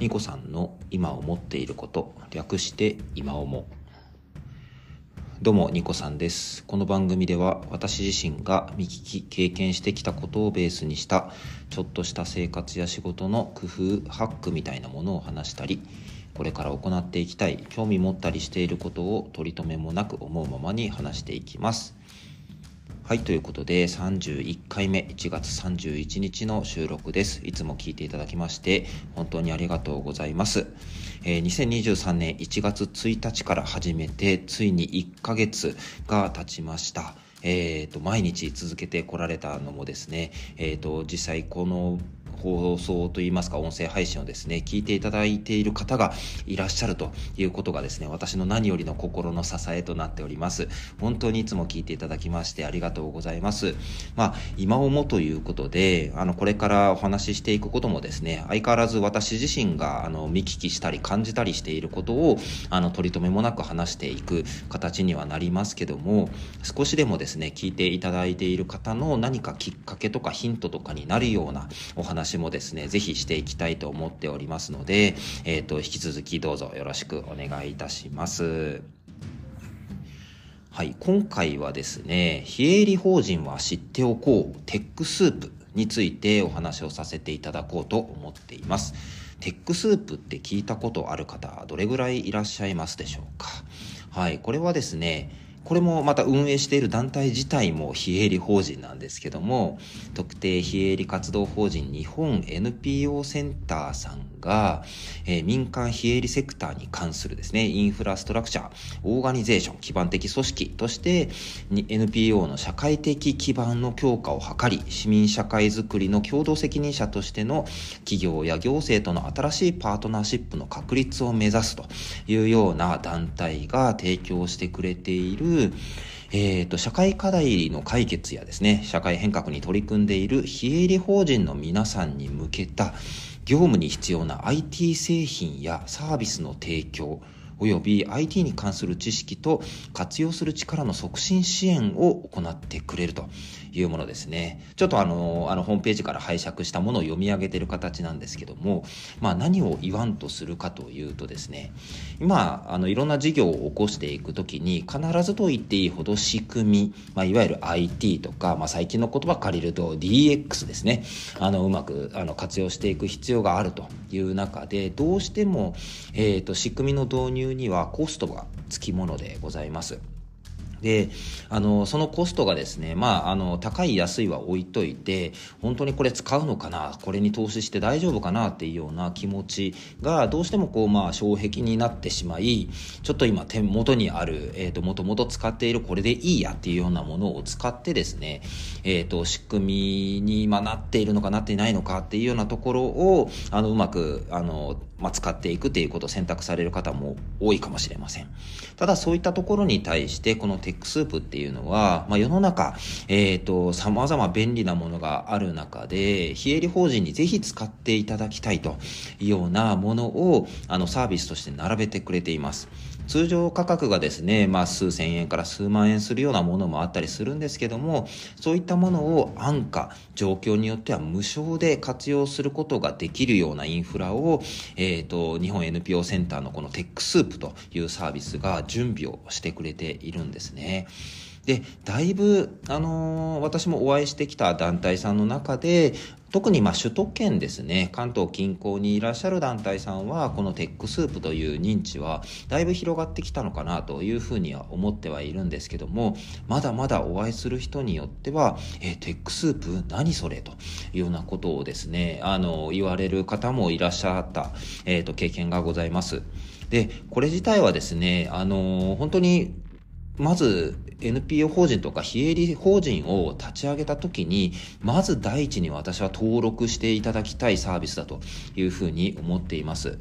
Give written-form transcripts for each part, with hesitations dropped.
ニコさんの今思っていること、略して今思。どうもニコさんです。この番組では私自身が見聞き経験してきたことをベースにしたちょっとした生活や仕事の工夫ハックみたいなものを話したり、これから行っていきたい興味持ったりしていることを取り留めもなく思うままに話していきます。はい、ということで31回目1月31日の収録です。いつも聞いていただきまして本当にありがとうございます。2023年1月1日から始めてついに1ヶ月が経ちました。毎日続けてこられたのもですね、実際この放送といいますか音声配信をですね聞いていただいている方がいらっしゃるということがですね、私の何よりの心の支えとなっております。本当にいつも聞いていただきましてありがとうございます。今思ということでこれからお話ししていくこともですね、相変わらず私自身が見聞きしたり感じたりしていることを取り留めもなく話していく形にはなりますけども、少しでもですね聞いていただいている方の何かきっかけとかヒントとかになるようなお話もですねぜひしていきたいと思っておりますので、引き続きどうぞよろしくお願いいたします。はい、今回はですね、非営利法人は知っておこうテックスープについてお話をさせていただこうと思っています。テックスープって聞いたことある方どれぐらいいらっしゃいますでしょうか。はい、これはですね、これもまた運営している団体自体も非営利法人なんですけども、特定非営利活動法人日本 NPO センターさんが、民間非営利セクターに関するですねインフラストラクチャーオーガニゼーション基盤的組織としてNPO の社会的基盤の強化を図り、市民社会づくりの共同責任者としての企業や行政との新しいパートナーシップの確立を目指すというような団体が提供してくれている社会課題の解決やですね社会変革に取り組んでいる非営利法人の皆さんに向けた業務に必要な IT 製品やサービスの提供および IT に関する知識と活用する力の促進支援を行ってくれるというものですね。ちょっとホームページから拝借したものを読み上げている形なんですけども、何を言わんとするかというとですね、今いろんな事業を起こしていくときに必ずと言っていいほど仕組み、いわゆる IT とか、最近の言葉借りると DX ですね、うまく活用していく必要があるという中で、どうしても、仕組みの導入にはコストがつきものでございます。で、そのコストがですね、高い安いは置いといて、本当にこれ使うのかな、これに投資して大丈夫かなっていうような気持ちがどうしても障壁になってしまい、ちょっと今手元にある、もともと使っているこれでいいやっていうようなものを使ってですね、仕組みになっているのかなっていないのかっていうようなところをうまく使っていくということを選択される方も多いかもしれません。ただそういったところに対してこのテックスープっていうのは、世の中様々便利なものがある中で、非営利法人にぜひ使っていただきたいというようなものをサービスとして並べてくれています。通常価格がですね、数千円から数万円するようなものもあったりするんですけども、そういったものを安価、状況によっては無償で活用することができるようなインフラを、日本 NPO センターのこのテックスープというサービスが準備をしてくれているんですね。で、だいぶ、私もお会いしてきた団体さんの中で、特に首都圏ですね、関東近郊にいらっしゃる団体さんは、このテックスープという認知はだいぶ広がってきたのかなというふうには思ってはいるんですけども、まだまだお会いする人によっては、テックスープ何それというようなことをですね、言われる方もいらっしゃった、経験がございます。で、これ自体はですね、本当にまず NPO 法人とか非営利法人を立ち上げたときに、まず第一に私は登録していただきたいサービスだというふうに思っています。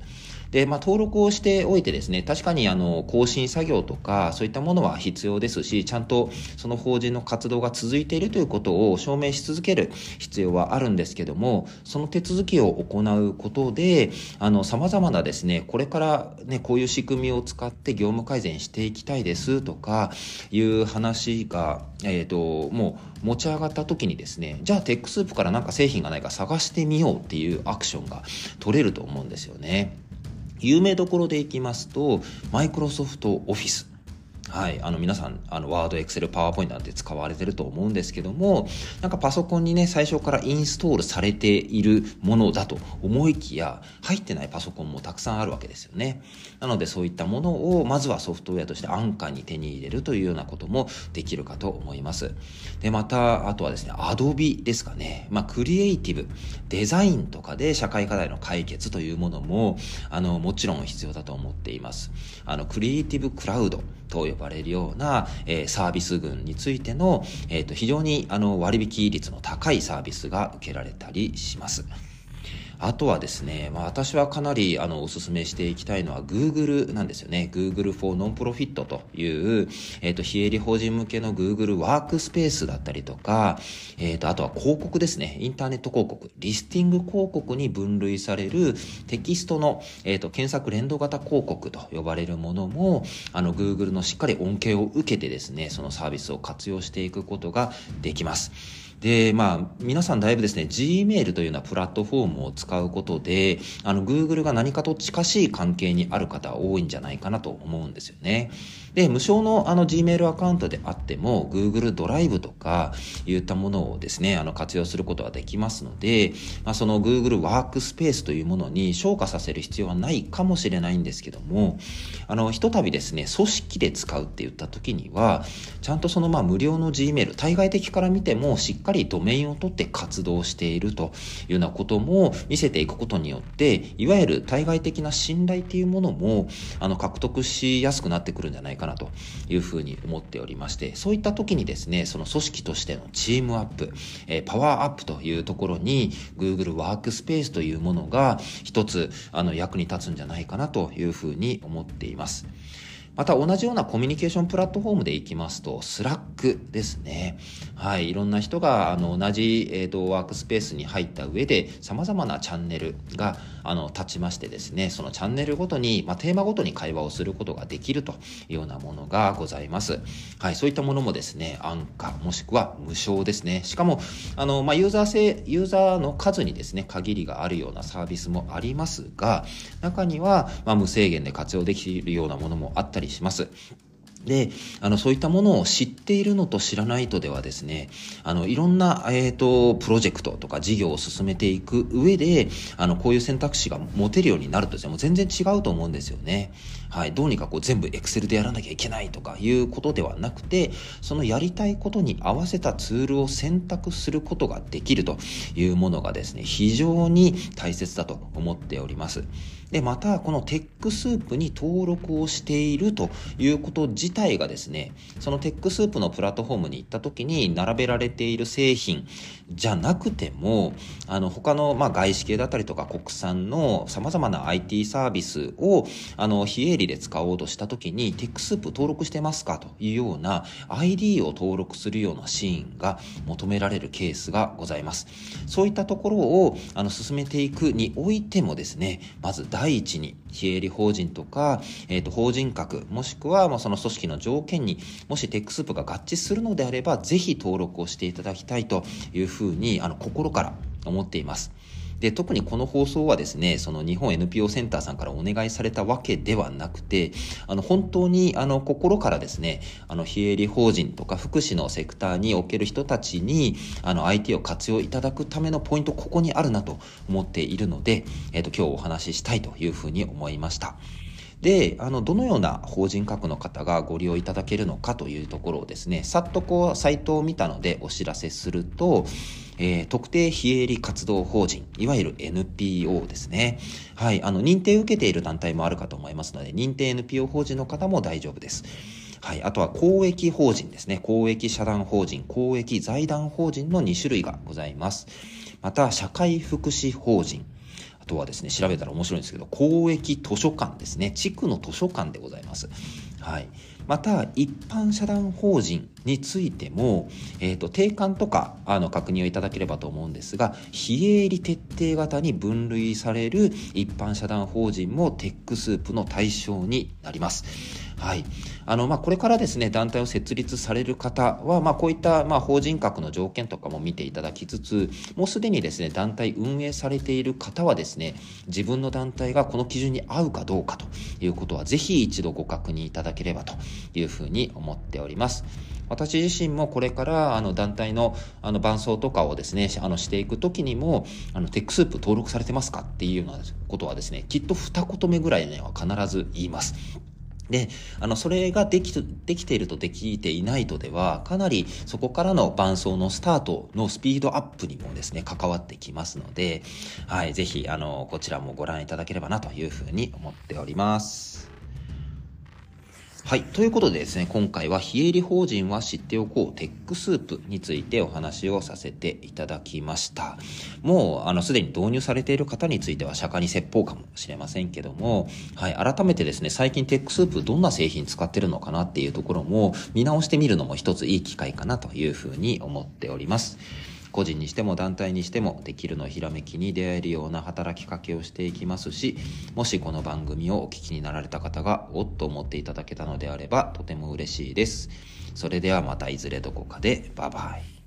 で、登録をしておいてですね、確かに更新作業とかそういったものは必要ですし、ちゃんとその法人の活動が続いているということを証明し続ける必要はあるんですけども、その手続きを行うことで、様々なですね、これからね、こういう仕組みを使って業務改善していきたいですとかいう話が、もう持ち上がった時にですね、じゃあテックスープからなんか製品がないか探してみようっていうアクションが取れると思うんですよね。有名どころでいきますと、マイクロソフトオフィス。はい。皆さん、ワード、エクセル、パワーポイントなんて使われてると思うんですけども、なんかパソコンにね、最初からインストールされているものだと思いきや、入ってないパソコンもたくさんあるわけですよね。なので、そういったものを、まずはソフトウェアとして安価に手に入れるというようなこともできるかと思います。で、また、あとはですね、アドビですかね。クリエイティブ、デザインとかで社会課題の解決というものも、もちろん必要だと思っています。クリエイティブクラウドと呼ばれるような、サービス群についての、非常に割引率の高いサービスが受けられたりします。あとはですね、私はかなりお勧めしていきたいのは Google なんですよね。Google for Non-Profit という、非営利法人向けの Google ワークスペースだったりとか、あとは広告ですね。インターネット広告、リスティング広告に分類されるテキストの、検索連動型広告と呼ばれるものも、Google のしっかり恩恵を受けてですね、そのサービスを活用していくことができます。で、皆さんだいぶですね、Gmail というようなプラットフォームを使うことで、Google が何かと近しい関係にある方多いんじゃないかなと思うんですよね。で、無償のGmail アカウントであっても、Google ドライブとか、いったものをですね、活用することができますので、その Google ワークスペースというものに昇華させる必要はないかもしれないんですけども、ひとたびですね、組織で使うって言った時には、ちゃんとその無料の Gmail、対外的から見てもしっかりドメインを取って活動しているというようなことも見せていくことによって、いわゆる対外的な信頼っていうものも獲得しやすくなってくるんじゃないかなというふうに思っておりまして、そういった時にですね、その組織としてのチームアップ、パワーアップというところに Google ワークスペースというものが一つ役に立つんじゃないかなというふうに思っています。また同じようなコミュニケーションプラットフォームでいきますと、スラックですね。はい。いろんな人が同じ、ワークスペースに入った上で様々なチャンネルが立ちましてですね、そのチャンネルごとに、テーマごとに会話をすることができるというようなものがございます。はい。そういったものもですね、安価もしくは無償ですね。しかも、ユーザーの数にですね、限りがあるようなサービスもありますが、中には、無制限で活用できるようなものもあったりします。で、そういったものを知っているのと知らないとではですね、いろんな、プロジェクトとか事業を進めていく上で、こういう選択肢が持てるようになるとですね、もう全然違うと思うんですよね。はい。どうにか全部 Excel でやらなきゃいけないとかいうことではなくて、そのやりたいことに合わせたツールを選択することができるというものがですね、非常に大切だと思っております。で、また、このテックスープに登録をしているということ自体がですね、そのテックスープのプラットフォームに行った時に並べられている製品じゃなくても、他の、外資系だったりとか国産の様々な IT サービスを、非営利で使おうとした時に、テックスープ登録してますかというような ID を登録するようなシーンが求められるケースがございます。そういったところを、進めていくにおいてもですね、まず第一に非営利法人とか、法人格もしくはその組織の条件にもしテックスープが合致するのであれば、ぜひ登録をしていただきたいというふうに心から思っています。で、特にこの放送はですね、その日本 NPO センターさんからお願いされたわけではなくて、本当に心からですね、非営利法人とか福祉のセクターにおける人たちにIT を活用いただくためのポイント、ここにあるなと思っているので、今日お話ししたいというふうに思いました。で、どのような法人格の方がご利用いただけるのかというところをですね、さっとサイトを見たのでお知らせすると、特定非営利活動法人、いわゆる NPO ですね。はい、認定を受けている団体もあるかと思いますので、認定 NPO 法人の方も大丈夫です。はい、あとは公益法人ですね。公益社団法人、公益財団法人の2種類がございます。また、社会福祉法人。 あとはですね、調べたら面白いんですけど、公益図書館ですね。地区の図書館でございます。はい。また、一般社団法人についても、定款とか確認をいただければと思うんですが、非営利徹底型に分類される一般社団法人もテックスープの対象になります。はい。これからですね、団体を設立される方は、こういった、法人格の条件とかも見ていただきつつ、もうすでにですね、団体運営されている方はですね、自分の団体がこの基準に合うかどうかということは、ぜひ一度ご確認いただければというふうに思っております。私自身もこれから団体の伴走とかをですねしていくときにもテックスープ登録されてますかっていうようなことはですね、きっと二言目ぐらいには必ず言います。で、それができているとできていないとでは、かなりそこからの伴走のスタートのスピードアップにもですね、関わってきますので、はい、ぜひ、こちらもご覧いただければなというふうに思っております。はい。ということでですね、今回は非営利法人は知っておこうテックスープについてお話をさせていただきました。もう、すでに導入されている方については釈迦に説法かもしれませんけども、はい。改めてですね、最近テックスープどんな製品使ってるのかなっていうところも見直してみるのも一ついい機会かなというふうに思っております。個人にしても団体にしてもできるのひらめきに出会えるような働きかけをしていきますし、もしこの番組をお聞きになられた方がおっと思っていただけたのであればとても嬉しいです。それではまたいずれどこかで。バイバイ。